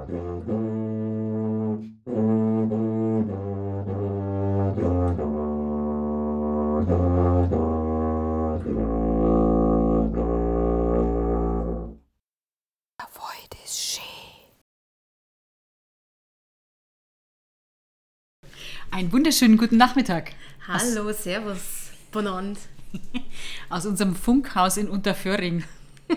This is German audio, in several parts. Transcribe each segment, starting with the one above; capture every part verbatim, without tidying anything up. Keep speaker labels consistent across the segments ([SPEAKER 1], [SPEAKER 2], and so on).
[SPEAKER 1] Einen wunderschönen guten Nachmittag.
[SPEAKER 2] Hallo, aus, servus, bonand.
[SPEAKER 1] Aus unserem Funkhaus in Unterföhring.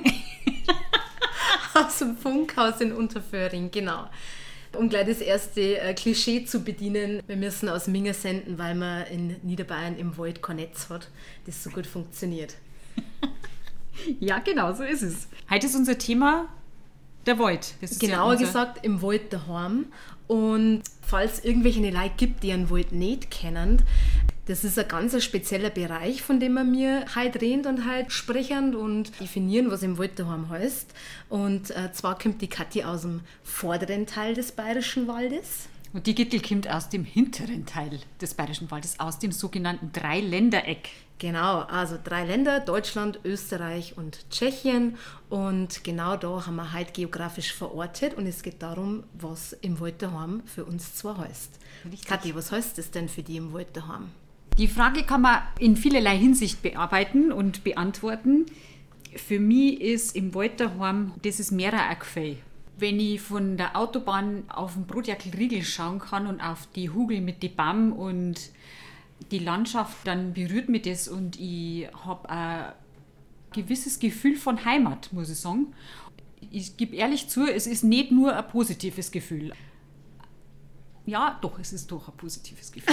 [SPEAKER 2] Aus dem Funkhaus in Unterföhring, genau. Um gleich das erste äh, Klischee zu bedienen, wir müssen aus Minga senden, weil man in Niederbayern im Wald kein Netz hat, das so gut funktioniert.
[SPEAKER 1] Ja, genau, so ist es. Heute ist unser Thema der Wald. Das ist
[SPEAKER 2] Genauer
[SPEAKER 1] ja unser...
[SPEAKER 2] gesagt, im Wald daheim. Und falls es irgendwelche Leute gibt, die einen Wald nicht kennen, das ist ein ganz spezieller Bereich, von dem wir mir heute reden und heute sprechen und definieren, was im Wald daheim heißt. Und äh, zwar kommt die Kathi aus dem vorderen Teil des Bayerischen Waldes.
[SPEAKER 1] Und die Gittel kommt aus dem hinteren Teil des Bayerischen Waldes, aus dem sogenannten Dreiländereck.
[SPEAKER 2] Genau, also drei Länder, Deutschland, Österreich und Tschechien. Und genau da haben wir heute geografisch verortet. Und es geht darum, was im Wald daheim für uns zwar heißt. Richtig. Kathi, was heißt das denn für die im Wald daheim?
[SPEAKER 1] Die Frage kann man in vielerlei Hinsicht bearbeiten und beantworten. Für mich ist im Wald daheim, das ist mehr ein Gefühl. Wenn ich von der Autobahn auf den Brotjackelriegel schauen kann und auf die Hügel mit den Bäumen und die Landschaft, dann berührt mich das und ich habe ein gewisses Gefühl von Heimat, muss ich sagen. Ich gebe ehrlich zu, es ist nicht nur ein positives Gefühl. Ja, doch, es ist doch ein positives Gefühl.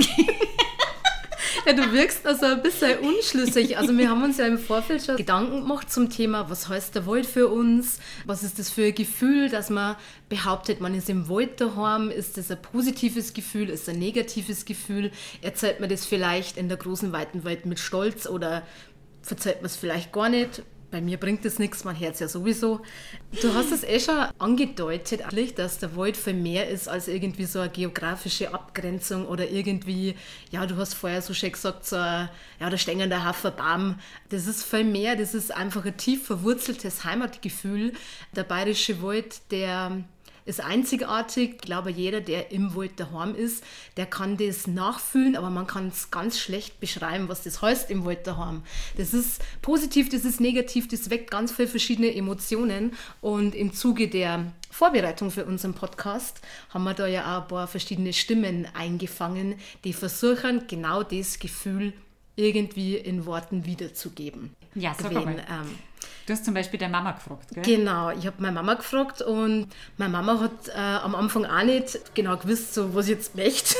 [SPEAKER 2] Ja, du wirkst also ein bisschen unschlüssig. Also wir haben uns ja im Vorfeld schon Gedanken gemacht zum Thema, was heißt der Wald für uns? Was ist das für ein Gefühl, dass man behauptet, man ist im Wald daheim? Ist das ein positives Gefühl? Ist das ein negatives Gefühl? Erzählt man das vielleicht in der großen, weiten Welt mit Stolz oder verzeiht man es vielleicht gar nicht? Bei mir bringt das nichts, man hört es ja sowieso. Du hast es eh schon angedeutet, dass der Wald viel mehr ist als irgendwie so eine geografische Abgrenzung oder irgendwie, ja, du hast vorher so schön gesagt, so ein, ja, da stehen der Haufen Baum. Das ist viel mehr, das ist einfach ein tief verwurzeltes Heimatgefühl. Der bayerische Wald, der ist einzigartig. Ich glaube, jeder, der im Wald daheim ist, der kann das nachfühlen, aber man kann es ganz schlecht beschreiben, was das heißt im Wald daheim. Das ist positiv, das ist negativ, das weckt ganz viele verschiedene Emotionen und im Zuge der Vorbereitung für unseren Podcast haben wir da ja auch ein paar verschiedene Stimmen eingefangen, die versuchen, genau das Gefühl irgendwie in Worten wiederzugeben.
[SPEAKER 1] Ja, sag mal. Ähm, du hast zum Beispiel deine Mama gefragt, gell?
[SPEAKER 2] Genau, ich habe meine Mama gefragt und meine Mama hat äh, am Anfang auch nicht genau gewusst, so, was ich jetzt möchte.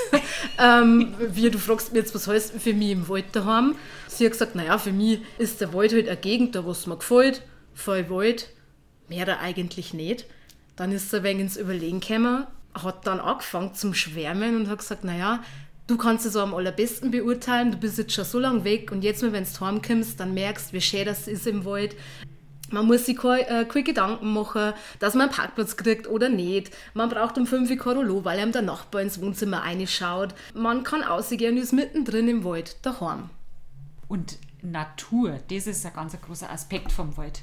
[SPEAKER 2] ähm, wie du fragst mir jetzt, was heißt für mich im Wald daheim? Sie hat gesagt, naja, für mich ist der Wald halt eine Gegend, da was mir gefällt, voll Wald, mehr da eigentlich nicht. Dann ist sie ein wenig ins Überlegen gekommen, hat dann angefangen zum Schwärmen und hat gesagt, naja, du kannst es so am allerbesten beurteilen, du bist jetzt schon so lange weg und jetzt, wenn du heimkommst, dann merkst du, wie schön das ist im Wald. Man muss sich keine, äh, keine Gedanken machen, dass man einen Parkplatz kriegt oder nicht. Man braucht um fünf Uhr kein Rollo, weil einem der Nachbar ins Wohnzimmer reinschaut. Man kann rausgehen und ist mittendrin im Wald, daheim.
[SPEAKER 1] Und Natur, das ist ein ganz großer Aspekt vom Wald.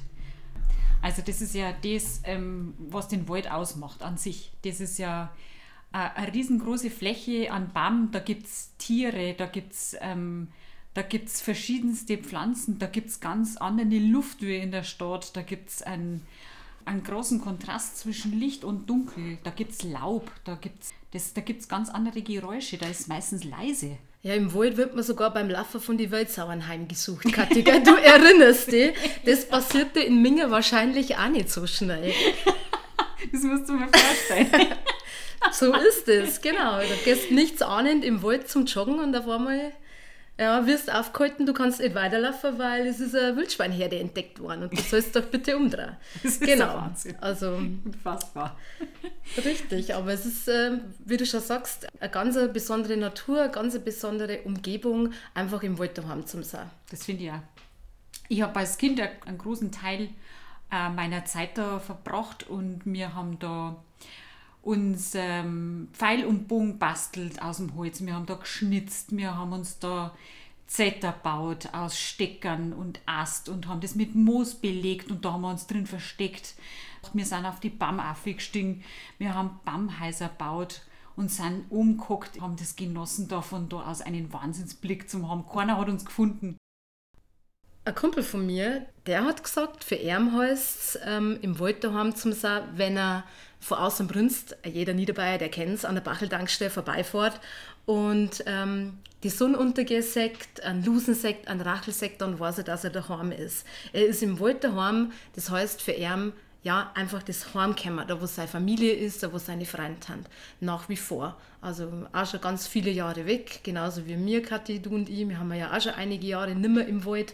[SPEAKER 1] Also das ist ja das, ähm, was den Wald ausmacht an sich. Das ist ja eine riesengroße Fläche an Bäumen, da gibt es Tiere, da gibt es ähm, da gibt's verschiedenste Pflanzen, da gibt es ganz andere Luft wie in der Stadt, da gibt es einen, einen großen Kontrast zwischen Licht und Dunkel, da gibt es Laub, da gibt es da gibt's ganz andere Geräusche, da ist es meistens leise.
[SPEAKER 2] Ja, im Wald wird man sogar beim Laufen von die Weltsauern heimgesucht, Kathi, du erinnerst dich, das passierte in Minga wahrscheinlich auch nicht so schnell.
[SPEAKER 1] Das musst du mir vorstellen.
[SPEAKER 2] So ist es, genau. Du gehst nichts ahnend im Wald zum Joggen und auf einmal ja, wirst aufgehalten, du kannst nicht weiterlaufen, weil es ist eine Wildschweinherde entdeckt worden und du sollst doch bitte umdrehen.
[SPEAKER 1] Das ist
[SPEAKER 2] genau.
[SPEAKER 1] der Wahnsinn.
[SPEAKER 2] Also,
[SPEAKER 1] unfassbar.
[SPEAKER 2] Richtig, aber es ist, äh, wie du schon sagst, eine ganz besondere Natur, eine ganz besondere Umgebung, einfach im Wald daheim zu sein.
[SPEAKER 1] Das finde ich auch. Ich habe als Kind einen großen Teil äh, meiner Zeit da verbracht und wir haben da uns ähm, Pfeil und Bogen bastelt aus dem Holz. Wir haben da geschnitzt, wir haben uns da Zetter baut aus Steckern und Ast und haben das mit Moos belegt und da haben wir uns drin versteckt. Wir sind auf die Baumaffe gestiegen, wir haben Baumhäuser gebaut und sind umgeguckt, haben das genossen, da von da aus einen Wahnsinnsblick zu haben. Keiner hat uns gefunden.
[SPEAKER 2] Ein Kumpel von mir, der hat gesagt, für ihn heißt es ähm, im Wald daheim zum sein, wenn er von außen brünst, jeder Niederbayer, der kennt es, an der Bachel-Tankstelle vorbeifährt und ähm, die Sonne untergeht, einen Lusensekt, einen Rachelsekt, dann weiß er, dass er daheim ist. Er ist im Wald daheim, das heißt für ihn, ja, einfach das Heimkommen, da wo seine Familie ist, da wo seine Freunde sind, nach wie vor. Also auch schon ganz viele Jahre weg, genauso wie mir, Kathi, du und ich, wir haben ja auch schon einige Jahre nicht mehr im Wald.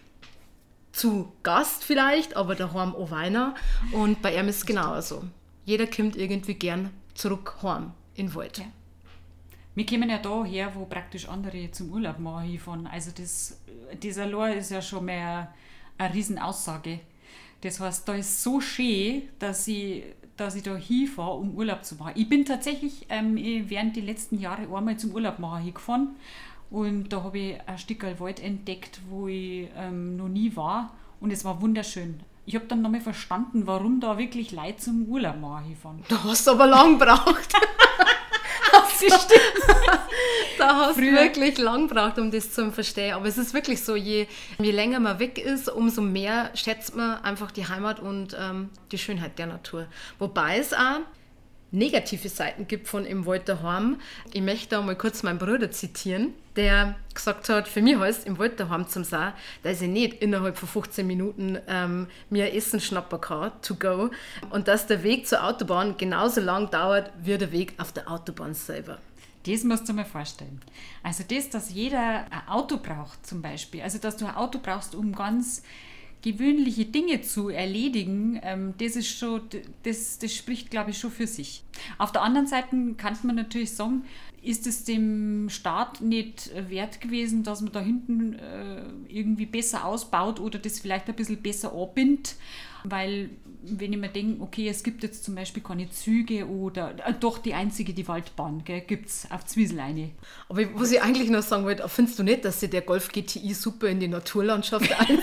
[SPEAKER 2] Zu Gast vielleicht, aber daheim auch weiter. Und bei ihm ist es genauso. Jeder kommt irgendwie gern zurück heim in den Wald.
[SPEAKER 1] Ja. Wir kommen ja da her, wo praktisch andere zum Urlaub machen hinfahren. Also das, das allein ist ja schon mal eine Riesenaussage. Das heißt, da ist so schön, dass ich, dass ich da hinfahre, um Urlaub zu machen. Ich bin tatsächlich ähm, während der letzten Jahre einmal zum Urlaub machen hingefahren. Und da habe ich ein Stück Wald entdeckt, wo ich ähm, noch nie war. Und es war wunderschön. Ich habe dann nochmal verstanden, warum da wirklich Leute zum Urlaub machen hinfahren.
[SPEAKER 2] Da hast du aber lang gebraucht.
[SPEAKER 1] Das stimmt.
[SPEAKER 2] Da hast du
[SPEAKER 1] Früher.
[SPEAKER 2] wirklich lang gebraucht, um das zu verstehen. Aber es ist wirklich so, je, je länger man weg ist, umso mehr schätzt man einfach die Heimat und ähm, die Schönheit der Natur. Wobei es auch negative Seiten gibt von im Wald daheim. Ich möchte da mal kurz meinen Bruder zitieren, der gesagt hat, für mich heißt im Wald daheim zum sein, dass ich nicht innerhalb von fünfzehn Minuten ähm, mir Essen schnappen kann, to go, und dass der Weg zur Autobahn genauso lang dauert, wie der Weg auf der Autobahn selber.
[SPEAKER 1] Das musst du dir mal vorstellen. Also das, dass jeder ein Auto braucht zum Beispiel, also dass du ein Auto brauchst, um ganz gewöhnliche Dinge zu erledigen, ähm, das ist schon, das, das spricht, glaube ich, schon für sich. Auf der anderen Seite kann man natürlich sagen, ist es dem Staat nicht wert gewesen, dass man da hinten äh, irgendwie besser ausbaut oder das vielleicht ein bisschen besser anbindet, weil wenn ich mir denke, okay, es gibt jetzt zum Beispiel keine Züge oder äh, doch die einzige, die Waldbahn, gibt es auf Zwiesel eine.
[SPEAKER 2] Aber was ich eigentlich noch sagen wollte, findest du nicht, dass sich der Golf G T I super in die Naturlandschaft ein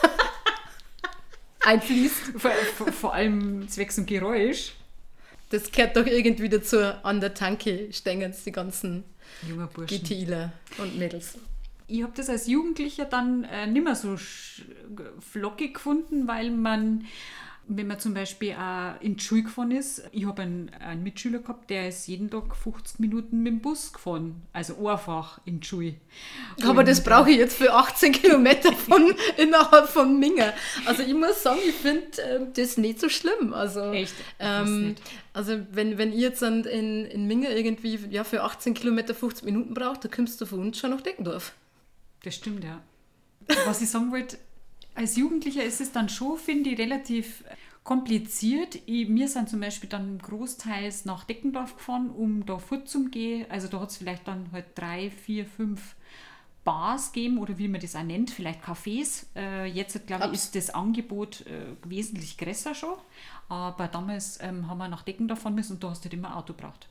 [SPEAKER 2] einfließt?
[SPEAKER 1] Vor, vor, vor allem zwecks dem Geräusch.
[SPEAKER 2] Das gehört doch irgendwie dazu, an der Tanke stehen die ganzen
[SPEAKER 1] Junger Burschen.
[SPEAKER 2] GTIler und Mädels.
[SPEAKER 1] Ich habe das als Jugendlicher dann äh, nicht mehr so sch- flockig gefunden, weil man, wenn man zum Beispiel auch in die Schule gefahren ist, ich habe einen, einen Mitschüler gehabt, der ist jeden Tag fünfzig Minuten mit dem Bus gefahren, also einfach in die Schule.
[SPEAKER 2] Aber
[SPEAKER 1] Und,
[SPEAKER 2] das brauche ich jetzt für achtzehn Kilometer von, innerhalb von Minga. Also ich muss sagen, ich finde äh, das nicht so schlimm. Also,
[SPEAKER 1] Echt? Ich
[SPEAKER 2] ähm,
[SPEAKER 1] nicht.
[SPEAKER 2] also wenn, wenn ich jetzt in, in Minga irgendwie ja, für achtzehn Kilometer fünfzig Minuten brauche, dann kommst du von uns schon nach Deckendorf.
[SPEAKER 1] Das stimmt, ja. Was ich sagen wollte, als Jugendlicher ist es dann schon, finde ich, relativ kompliziert. Ich, wir sind zum Beispiel dann großteils nach Deckendorf gefahren, um da vorzugehen. Also da hat es vielleicht dann halt drei, vier, fünf Bars gegeben oder wie man das auch nennt, vielleicht Cafés. Äh, jetzt, glaube ich, ist das Angebot äh, wesentlich größer schon. Aber damals ähm, haben wir nach Deckendorf fahren müssen und da hast du halt immer ein Auto gebraucht.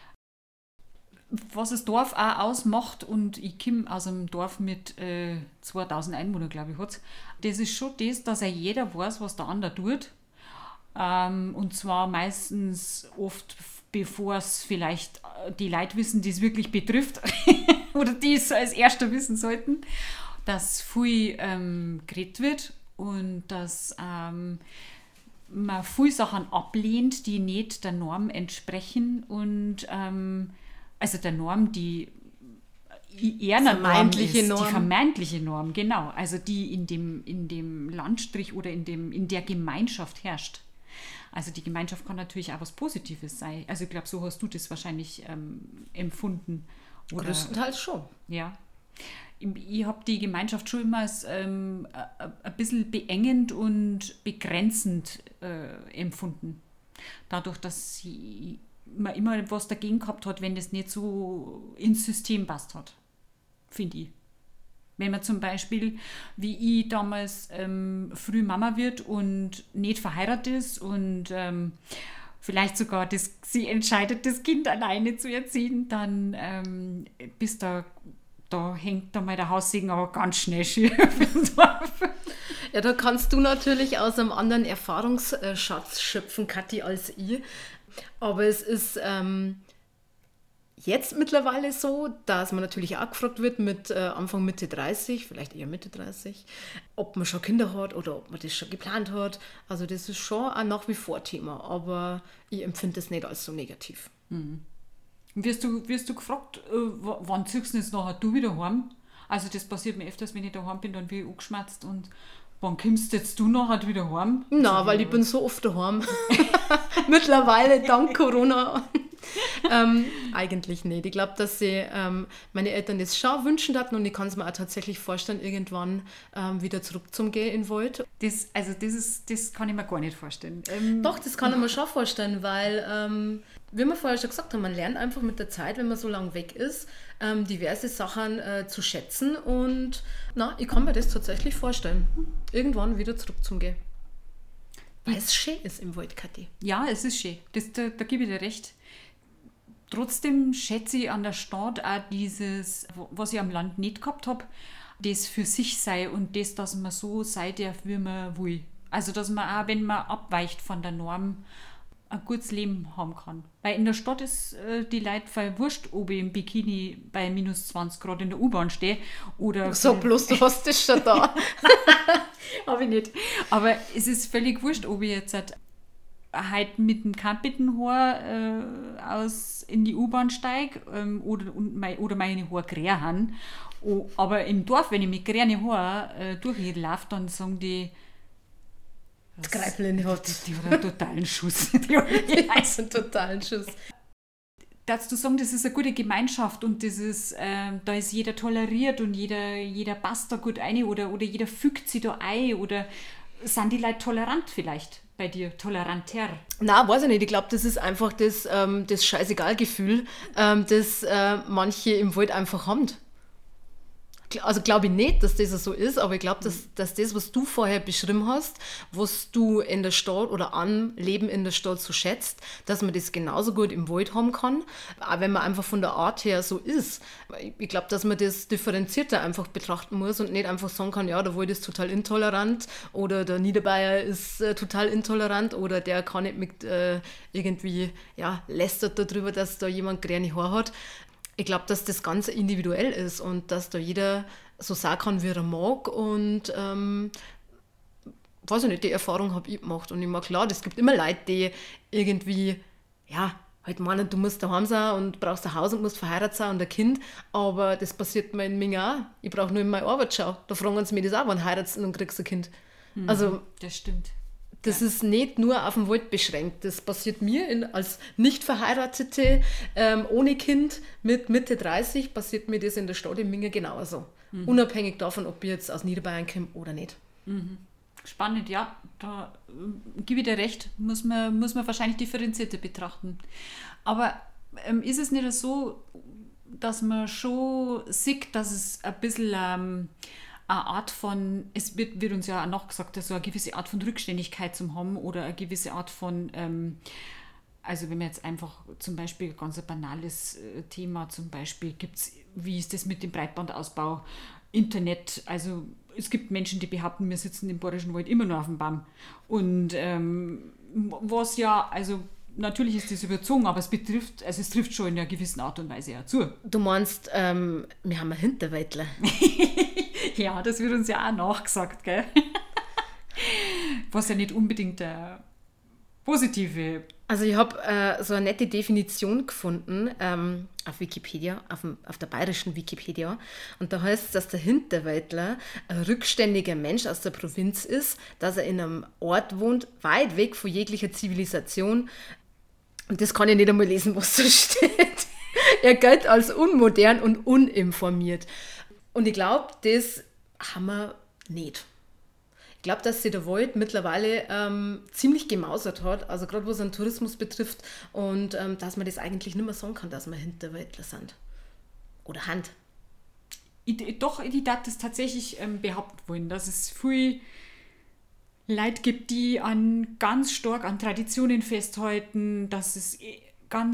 [SPEAKER 1] Was das Dorf auch ausmacht, und ich komme aus einem Dorf mit äh, zweitausend Einwohnern, glaube ich, hat's, das ist schon das, dass ja jeder weiß, was der andere tut. Ähm, und zwar meistens oft, bevor es vielleicht die Leute wissen, die es wirklich betrifft oder die es als Erster wissen sollten, dass viel ähm, geredet wird und dass ähm, man viele Sachen ablehnt, die nicht der Norm entsprechen und ähm, also der Norm, die eher eine
[SPEAKER 2] vermeintliche
[SPEAKER 1] Norm ist,
[SPEAKER 2] Norm.
[SPEAKER 1] die vermeintliche Norm, genau, also die in dem, in dem Landstrich oder in, dem, in der Gemeinschaft herrscht. Also die Gemeinschaft kann natürlich auch was Positives sein. Also ich glaube, so hast du das wahrscheinlich ähm, empfunden. Oder,
[SPEAKER 2] Größtenteils schon.
[SPEAKER 1] Ja. Ich, ich habe die Gemeinschaft schon immer als ähm, ein bisschen beengend und begrenzend äh, empfunden. Dadurch, dass sie man immer was dagegen gehabt hat, wenn das nicht so ins System passt hat, finde ich. Wenn man zum Beispiel, wie ich damals ähm, früh Mama wird und nicht verheiratet ist und ähm, vielleicht sogar das, sie entscheidet, das Kind alleine zu erziehen, dann ähm, bist du da hängt dann mal der Haussegen aber ganz schnell schief.
[SPEAKER 2] Ja, da kannst du natürlich aus einem anderen Erfahrungsschatz schöpfen, Kathi, als ich. Aber es ist ähm, jetzt mittlerweile so, dass man natürlich auch gefragt wird mit äh, Anfang Mitte dreißig, vielleicht eher Mitte dreißig, ob man schon Kinder hat oder ob man das schon geplant hat. Also das ist schon ein nach wie vor Thema, aber ich empfinde das nicht als so negativ.
[SPEAKER 1] Mhm. Wirst du, wirst du gefragt, äh, w- wann ziehst du jetzt nachher du wieder heim? Also das passiert mir öfters, wenn ich daheim bin, dann bin ich angeschmerzt und wann kommst jetzt du nachher wieder heim?
[SPEAKER 2] Na, weil ich bin so oft daheim. Mittlerweile, dank Corona. ähm, eigentlich nicht. Ich glaube, dass sie ähm, meine Eltern das schon wünschen hatten und ich kann es mir auch tatsächlich vorstellen, irgendwann ähm, wieder zurück zum Gehen in den Wald.
[SPEAKER 1] Das, also das, ist, das kann ich mir gar nicht vorstellen. Ähm,
[SPEAKER 2] Doch, das kann ich mir schon vorstellen, weil, ähm, wie wir vorher schon gesagt haben, man lernt einfach mit der Zeit, wenn man so lange weg ist, ähm, diverse Sachen äh, zu schätzen und na, ich kann mir das tatsächlich vorstellen, irgendwann wieder zurück zum Gehen. Weil es schön ist im Wald, Kathi.
[SPEAKER 1] Ja, es ist schön. Das, da, da gebe ich dir recht. Trotzdem schätze ich an der Stadt auch dieses, was ich am Land nicht gehabt habe, das für sich sei und das, dass man so sein darf, wie man will. Also, dass man auch, wenn man abweicht von der Norm, ein gutes Leben haben kann. Weil in der Stadt ist äh, die Leute voll wurscht, ob ich im Bikini bei minus zwanzig Grad in der U-Bahn stehe oder...
[SPEAKER 2] Sag bloß, du hast das schon da.
[SPEAKER 1] Habe ich nicht. Aber es ist völlig wurscht, ob ich jetzt halt, halt mit dem Kampittenhaar äh, aus in die U-Bahn steige ähm, oder, und mein, oder meine Haare grä haben. Oh, aber im Dorf, wenn ich mit grünen Haaren äh, durchlaufe, dann sagen die,
[SPEAKER 2] das Greifel in die Haut.
[SPEAKER 1] Die, die hat einen totalen Schuss. Die hat
[SPEAKER 2] einen totalen Schuss.
[SPEAKER 1] Darfst du sagen, das ist eine gute Gemeinschaft und das ist, äh, da ist jeder toleriert und jeder, jeder passt da gut ein oder, oder jeder fügt sich da ein oder sind die Leute tolerant vielleicht bei dir, toleranter?
[SPEAKER 2] Nein, weiß ich nicht. Ich glaube, das ist einfach das, ähm, das Scheißegal-Gefühl, ähm, das äh, manche im Wald einfach haben. Also glaube ich nicht, dass das so ist, aber ich glaube, dass, dass das, was du vorher beschrieben hast, was du in der Stadt oder am Leben in der Stadt so schätzt, dass man das genauso gut im Wald haben kann, auch wenn man einfach von der Art her so ist. Ich glaube, dass man das differenzierter einfach betrachten muss und nicht einfach sagen kann, ja, der Wald ist total intolerant oder der Niederbayer ist äh, total intolerant oder der kann nicht mit äh, irgendwie, ja, lästert darüber, dass da jemand grüne Haare hat. Ich glaube, dass das ganz individuell ist und dass da jeder so sagen kann, wie er mag und ähm, weiß ich nicht, die Erfahrung habe ich gemacht und immer klar, es gibt immer Leute, die irgendwie, ja, halt meinen, du musst daheim sein und brauchst ein Haus und musst verheiratet sein und ein Kind, aber das passiert mir in mir auch. Ich brauche nur in meine Arbeit schauen. Da fragen sie mich das auch, wann heiratst du und kriegst ein Kind.
[SPEAKER 1] Mhm,
[SPEAKER 2] also,
[SPEAKER 1] das stimmt.
[SPEAKER 2] Das ja. ist nicht nur auf den Wald beschränkt. Das passiert mir in, als nicht verheiratete, ähm, ohne Kind mit Mitte dreißig, passiert mir das in der Stadt in Minge genauso. Mhm. Unabhängig davon, ob ich jetzt aus Niederbayern komme oder nicht.
[SPEAKER 1] Mhm. Spannend, ja. Da äh, gebe ich dir recht. Muss man, muss man wahrscheinlich differenzierter betrachten. Aber ähm, ist es nicht so, dass man schon sieht, dass es ein bisschen... Ähm, eine Art von, es wird, wird uns ja auch nachgesagt, dass so eine gewisse Art von Rückständigkeit zu haben oder eine gewisse Art von, ähm, also wenn man jetzt einfach zum Beispiel ein ganz banales äh, Thema, zum Beispiel gibt's, wie ist das mit dem Breitbandausbau, Internet, also es gibt Menschen, die behaupten, wir sitzen im Bayerischen Wald immer nur auf dem Baum und ähm, was ja, also natürlich ist das überzogen, aber es betrifft, also es trifft schon in einer gewissen Art und Weise auch zu.
[SPEAKER 2] Du meinst, ähm, wir haben einen Hinterwäldler.
[SPEAKER 1] Ja, das wird uns ja auch nachgesagt, gell? Was ja nicht unbedingt der positive...
[SPEAKER 2] Also ich habe äh, so eine nette Definition gefunden ähm, auf Wikipedia, auf, dem, auf der bayerischen Wikipedia. Und da heißt es, dass der Hinterwäldler ein rückständiger Mensch aus der Provinz ist, dass er in einem Ort wohnt, weit weg von jeglicher Zivilisation. Und das kann ich nicht einmal lesen, was da steht. Er gilt als unmodern und uninformiert. Und ich glaube, das haben wir nicht. Ich glaube, dass sich der Wald mittlerweile ähm, ziemlich gemausert hat, also gerade was den Tourismus betrifft und ähm, dass man das eigentlich nicht mehr sagen kann, dass wir Hinterwäldler sind. Oder Hand.
[SPEAKER 1] Ich, doch, ich darf das tatsächlich ähm, behaupten wollen, dass es viel Leute gibt, die an, ganz stark an Traditionen festhalten, dass es ganz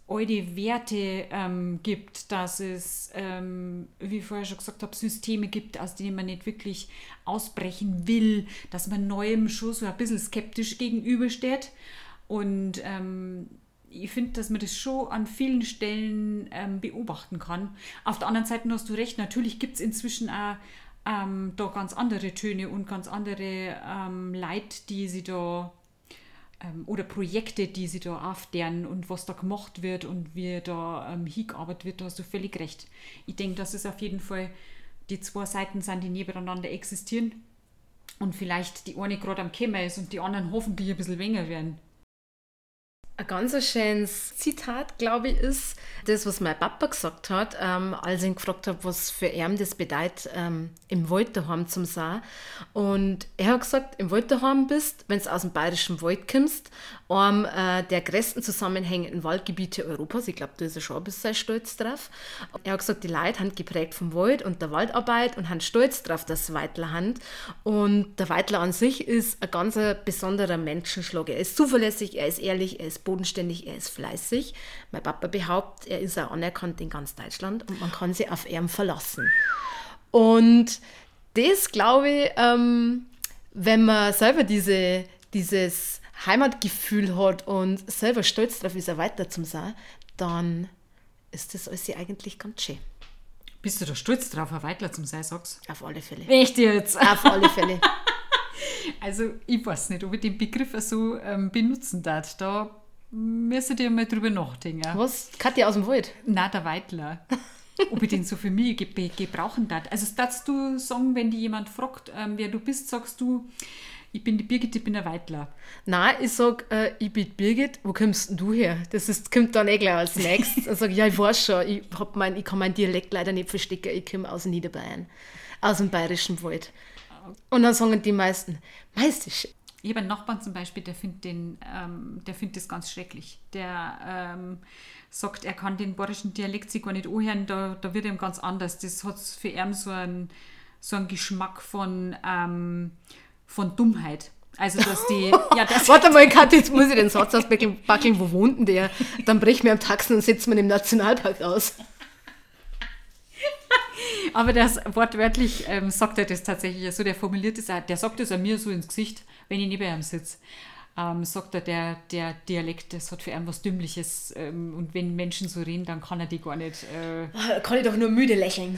[SPEAKER 1] alte Werte ähm, gibt, dass es, ähm, wie ich vorher schon gesagt habe, Systeme gibt, aus denen man nicht wirklich ausbrechen will, dass man Neuem schon so ein bisschen skeptisch gegenübersteht. Und ähm, ich finde, dass man das schon an vielen Stellen ähm, beobachten kann. Auf der anderen Seite hast du recht, natürlich gibt es inzwischen auch ähm, da ganz andere Töne und ganz andere ähm, Leute, die sie da ähm, oder Projekte, die sie da aufderen und was da gemacht wird und wie da ähm, hingearbeitet wird, da hast du völlig recht. Ich denke, dass es auf jeden Fall die zwei Seiten sind, die nebeneinander existieren und vielleicht die eine gerade am Kämmer ist und die anderen hoffentlich ein bisschen weniger werden.
[SPEAKER 2] Ein ganz schönes Zitat, glaube ich, ist das, was mein Papa gesagt hat, ähm, als ich ihn gefragt habe, was für ihn das bedeutet, ähm, im Wald daheim zu sein. Und er hat gesagt, im Wald daheim bist, wenn du aus dem Bayerischen Wald kommst, einem äh, der größten zusammenhängenden Waldgebiete Europas. Ich glaube, da ist er schon ein bisschen stolz drauf. Er hat gesagt, die Leute haben geprägt vom Wald und der Waldarbeit und haben stolz drauf, dass sie Weidler haben. Und der Weidler an sich ist ein ganz besonderer Menschenschlag. Er ist zuverlässig, er ist ehrlich, er ist bodenständig, er ist fleißig. Mein Papa behauptet, er ist auch anerkannt in ganz Deutschland und man kann sich auf ihn verlassen. Und das, glaube ich, ähm, wenn man selber diese, dieses Heimatgefühl hat und selber stolz darauf ist, weiter zu sein, dann ist das alles eigentlich ganz schön.
[SPEAKER 1] Bist du da stolz drauf, ein Weidler zum sein, sagst
[SPEAKER 2] Auf alle Fälle.
[SPEAKER 1] Echt jetzt?
[SPEAKER 2] Auf alle Fälle.
[SPEAKER 1] Also ich weiß nicht, ob ich den Begriff so ähm, benutzen darf. Da müsstet ihr mal drüber nachdenken.
[SPEAKER 2] Was? Katja aus dem Wald?
[SPEAKER 1] Nein, der Weidler. Ob ich den so für mich ge- gebrauchen darf. Also darfst du sagen, wenn dich jemand fragt, ähm, wer du bist, sagst du, ich bin die Birgit, ich bin der Weidler.
[SPEAKER 2] Nein, ich sage, äh, ich bin die Birgit, wo kommst denn du her? Das ist, kommt dann eh gleich als nächstes. Dann sage ich, ja, ich weiß schon, ich, hab mein, ich kann meinen Dialekt leider nicht verstecken, ich komme aus Niederbayern, aus dem Bayerischen Wald. Und dann sagen die meisten, meistisch.
[SPEAKER 1] Ich habe einen Nachbarn zum Beispiel, der findet den, ähm, der findet das ganz schrecklich. Der ähm, sagt, er kann den bayerischen Dialekt sich gar nicht anhören, da, da wird ihm ganz anders. Das hat für ihn so einen, so einen Geschmack von, ähm, von Dummheit. Also, dass die... ja, das
[SPEAKER 2] Warte mal, Katja, jetzt muss ich den Satz ausbackeln, wo wohnt denn der? Dann brechen wir am Taxen und setzen wir im Nationalpark aus.
[SPEAKER 1] Aber das wortwörtlich ähm, sagt er das tatsächlich so, der formuliert es auch, der sagt es an mir so ins Gesicht, wenn ich neben ihm sitze. Ähm, sagt er, der, der Dialekt, das hat für ihn was Dümmliches ähm, und wenn Menschen so reden, dann kann er die gar nicht... Äh
[SPEAKER 2] Da kann ich doch nur müde lächeln.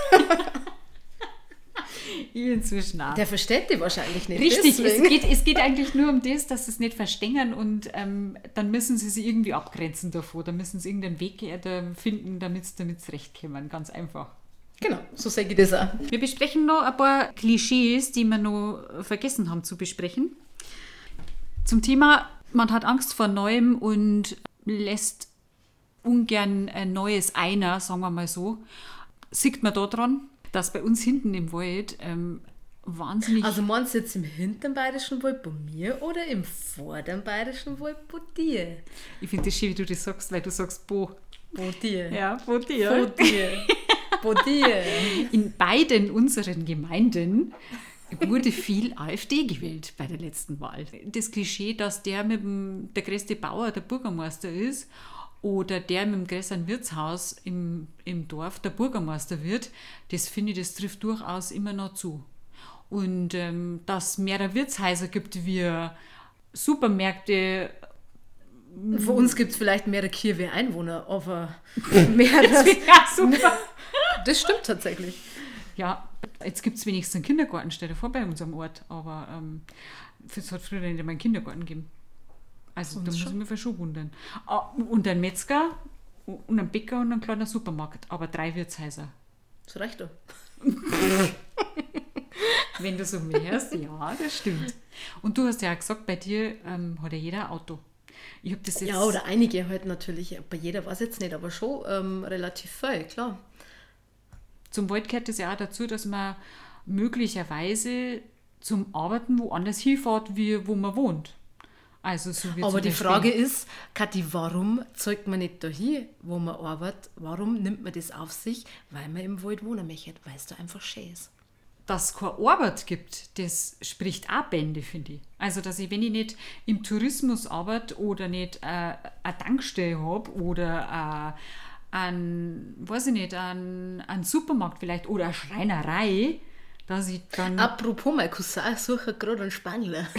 [SPEAKER 1] Ich inzwischen auch.
[SPEAKER 2] Der versteht die wahrscheinlich nicht.
[SPEAKER 1] Richtig, es geht, es geht eigentlich nur um das, dass sie es nicht verstehen und ähm, dann müssen sie sich irgendwie abgrenzen davor, dann müssen sie irgendeinen Weg äh, finden, damit sie damit zurechtkommen, ganz einfach.
[SPEAKER 2] Genau, so sage ich das auch.
[SPEAKER 1] Wir besprechen noch ein paar Klischees, die wir noch vergessen haben zu besprechen. Zum Thema, man hat Angst vor Neuem und lässt ungern ein Neues einer, sagen wir mal so. Sieht man da dran, dass bei uns hinten im Wald ähm, wahnsinnig...
[SPEAKER 2] Also meinst du jetzt im hinteren Bayerischen Wald bei mir oder im vorderen Bayerischen Wald bei dir?
[SPEAKER 1] Ich finde das schön, wie du das sagst, weil du sagst, bo.
[SPEAKER 2] Bei dir.
[SPEAKER 1] Ja, bei dir.
[SPEAKER 2] Bei dir. Bei dir.
[SPEAKER 1] In beiden unseren Gemeinden wurde viel AfD gewählt bei der letzten Wahl. Das Klischee, dass der mit dem, der größte Bauer der Bürgermeister ist oder der mit dem größeren Wirtshaus im, im Dorf der Bürgermeister wird, das finde ich, das trifft durchaus immer noch zu. Und ähm, dass es mehrere Wirtshäuser gibt wie Supermärkte.
[SPEAKER 2] Für uns gibt es vielleicht mehrere Kirche wie Einwohner, aber mehr das,
[SPEAKER 1] Ja, super.
[SPEAKER 2] das stimmt tatsächlich.
[SPEAKER 1] Ja, jetzt gibt es wenigstens einen Kindergarten, stell dir vor, bei unserem Ort, aber ähm, es hat früher nicht einmal einen Kindergarten gegeben. Also da muss ich mich schon wundern. Ah, und ein Metzger und ein Bäcker und ein kleiner Supermarkt, aber drei Wirtshäuser.
[SPEAKER 2] Das reicht doch.
[SPEAKER 1] Wenn du so hörst, ja, das stimmt. Und du hast ja auch gesagt, bei dir ähm, hat ja jeder ein Auto. Ich hab das jetzt
[SPEAKER 2] Ja, oder einige halt natürlich. Bei jeder weiß ich jetzt nicht, aber schon ähm, relativ viel, klar.
[SPEAKER 1] Zum Wald gehört es ja auch dazu, dass man möglicherweise zum Arbeiten woanders hinfährt, wie wo man wohnt. Also so wie
[SPEAKER 2] Aber die
[SPEAKER 1] Beispiel,
[SPEAKER 2] Frage ist, Kathi, warum zeigt man nicht da hier, wo man arbeitet? Warum nimmt man das auf sich? Weil man im Wald wohnen möchte, weil es da einfach schön ist.
[SPEAKER 1] dass es keine Arbeit gibt, das spricht auch Bände, finde ich. Also, dass ich, wenn ich nicht im Tourismus arbeite oder nicht äh, eine Tankstelle habe oder äh, ein, weiß ich nicht, ein, ein Supermarkt vielleicht oder eine Schreinerei, dass ich dann...
[SPEAKER 2] Apropos, mein Cousin sucht gerade einen Spangler.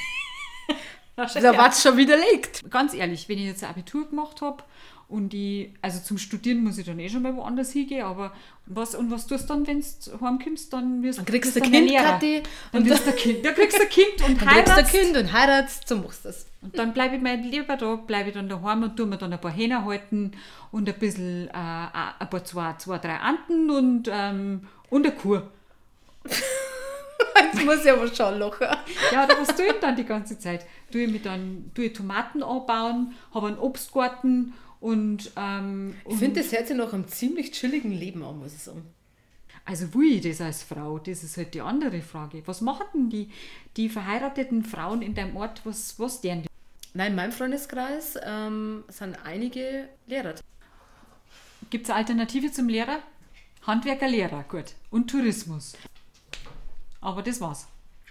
[SPEAKER 2] Da war es schon widerlegt.
[SPEAKER 1] Ganz ehrlich, wenn ich jetzt ein Abitur gemacht habe und ich, also zum Studieren muss ich dann eh schon mal woanders hingehen, aber was, und was tust du dann, wenn du heimkommst, dann wirst
[SPEAKER 2] dann kriegst
[SPEAKER 1] du
[SPEAKER 2] ein
[SPEAKER 1] dann
[SPEAKER 2] Kind,
[SPEAKER 1] Lehrer.
[SPEAKER 2] Kathi,
[SPEAKER 1] Dann
[SPEAKER 2] und
[SPEAKER 1] wirst du ein Kind, dann kriegst du ein Kind und
[SPEAKER 2] dann kriegst du ein
[SPEAKER 1] heiratst.
[SPEAKER 2] Kind und heiratst, so machst du das.
[SPEAKER 1] Und dann bleibe ich mal lieber da, bleibe ich dann daheim und tue mir dann ein paar Hähner halten und ein bisschen, äh, ein paar, zwei, zwei, drei Anten und, ähm, und eine Kuh.
[SPEAKER 2] Jetzt muss ich aber schon lachen.
[SPEAKER 1] Ja, oder was tue ich dann die ganze Zeit? Tue ich, mir dann, tue ich Tomaten anbauen, habe einen Obstgarten und... Ähm,
[SPEAKER 2] Ich finde, das hört sich nach einem ziemlich chilligen Leben an, muss ich sagen.
[SPEAKER 1] Also will ich das als Frau? Das ist halt die andere Frage. Was machen denn die, die verheirateten Frauen in deinem Ort? Was, was deren die?
[SPEAKER 2] Nein, in meinem Freundeskreis ähm, sind einige Lehrer.
[SPEAKER 1] Gibt es eine Alternative zum Lehrer? Handwerker, Lehrer, gut. Und Tourismus. Aber das war's.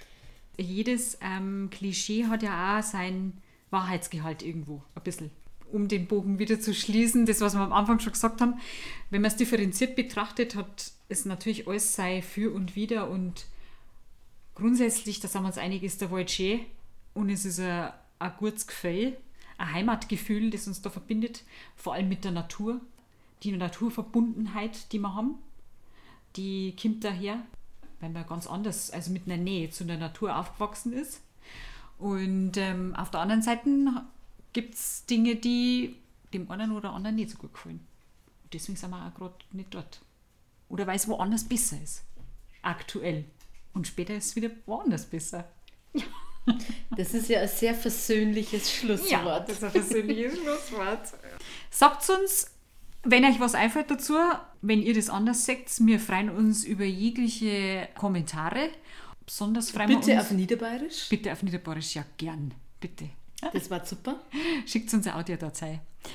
[SPEAKER 1] Jedes ähm, Klischee hat ja auch sein Wahrheitsgehalt irgendwo, ein bisschen. Um den Bogen wieder zu schließen, das, was wir am Anfang schon gesagt haben, wenn man es differenziert betrachtet, hat es natürlich alles sei für und wider und grundsätzlich, da sind wir uns einig, ist der Wald schön und es ist ein, ein gutes Gefühl, ein Heimatgefühl, das uns da verbindet, vor allem mit der Natur, die Naturverbundenheit, die wir haben, die kommt daher, weil man ganz anders, also mit einer Nähe zu der Natur aufgewachsen ist. Und ähm, auf der anderen Seite gibt es Dinge, die dem einen oder anderen nicht so gut gefallen. Und deswegen sind wir auch gerade nicht dort. Oder weil es woanders besser ist. Aktuell. Und später ist es wieder woanders besser. Ja.
[SPEAKER 2] Das ist ja ein sehr versöhnliches Schlusswort.
[SPEAKER 1] Ja, das ist ein versöhnliches Schlusswort. Sagt uns, wenn euch was einfällt dazu, wenn ihr das anders seht, wir freuen uns über jegliche Kommentare. Besonders freuen
[SPEAKER 2] Bitte
[SPEAKER 1] wir uns...
[SPEAKER 2] auf Niederbayerisch.
[SPEAKER 1] Bitte auf Niederbayerisch, ja, gern. Bitte.
[SPEAKER 2] Das war super.
[SPEAKER 1] Schickt uns eine Audiodatei.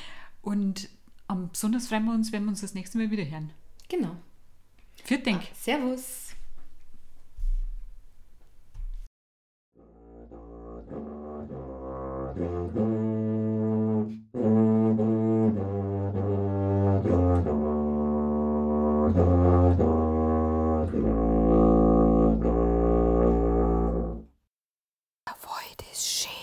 [SPEAKER 1] Und um, besonders freuen wir uns, wenn wir uns das nächste Mal wieder hören.
[SPEAKER 2] Genau.
[SPEAKER 1] Vielen Dank.
[SPEAKER 2] Ah, servus.
[SPEAKER 1] Avoid is shame.